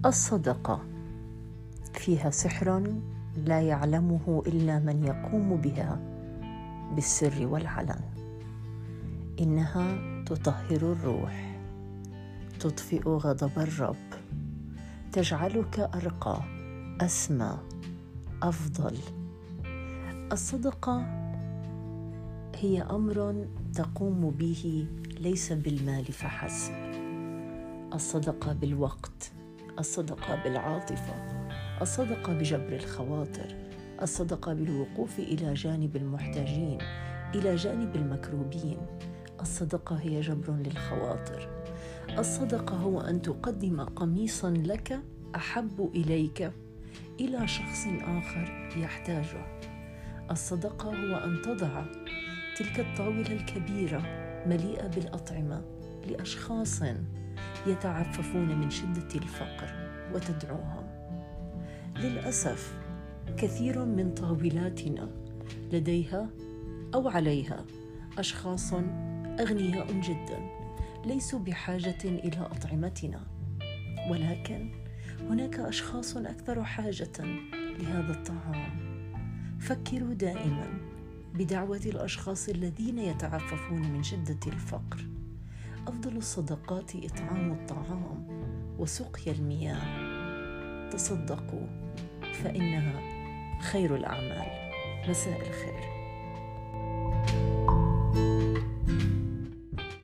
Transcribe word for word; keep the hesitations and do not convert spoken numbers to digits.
الصدقة فيها سحر لا يعلمه إلا من يقوم بها بالسر والعلن. إنها تطهر الروح، تطفئ غضب الرب، تجعلك أرقى، أسمى، أفضل. الصدقة هي أمر تقوم به ليس بالمال فحسب. الصدقة بالوقت، الصدقة بالعاطفة، الصدقة بجبر الخواطر، الصدقة بالوقوف إلى جانب المحتاجين، إلى جانب المكروبين. الصدقة هي جبر للخواطر. الصدقة هو أن تقدم قميصاً لك أحب إليك إلى شخص آخر يحتاجه. الصدقة هو أن تضع تلك الطاولة الكبيرة مليئة بالأطعمة لأشخاص يتعففون من شدة الفقر وتدعوهم. للأسف كثير من طاولاتنا لديها أو عليها أشخاص أغنياء جدا ليسوا بحاجة إلى أطعمتنا، ولكن هناك أشخاص أكثر حاجة لهذا الطعام. فكروا دائما بدعوة الأشخاص الذين يتعففون من شدة الفقر. أفضل الصدقات إطعام الطعام وسقيا المياه. تصدقوا فإنها خير الأعمال. مساء الخير.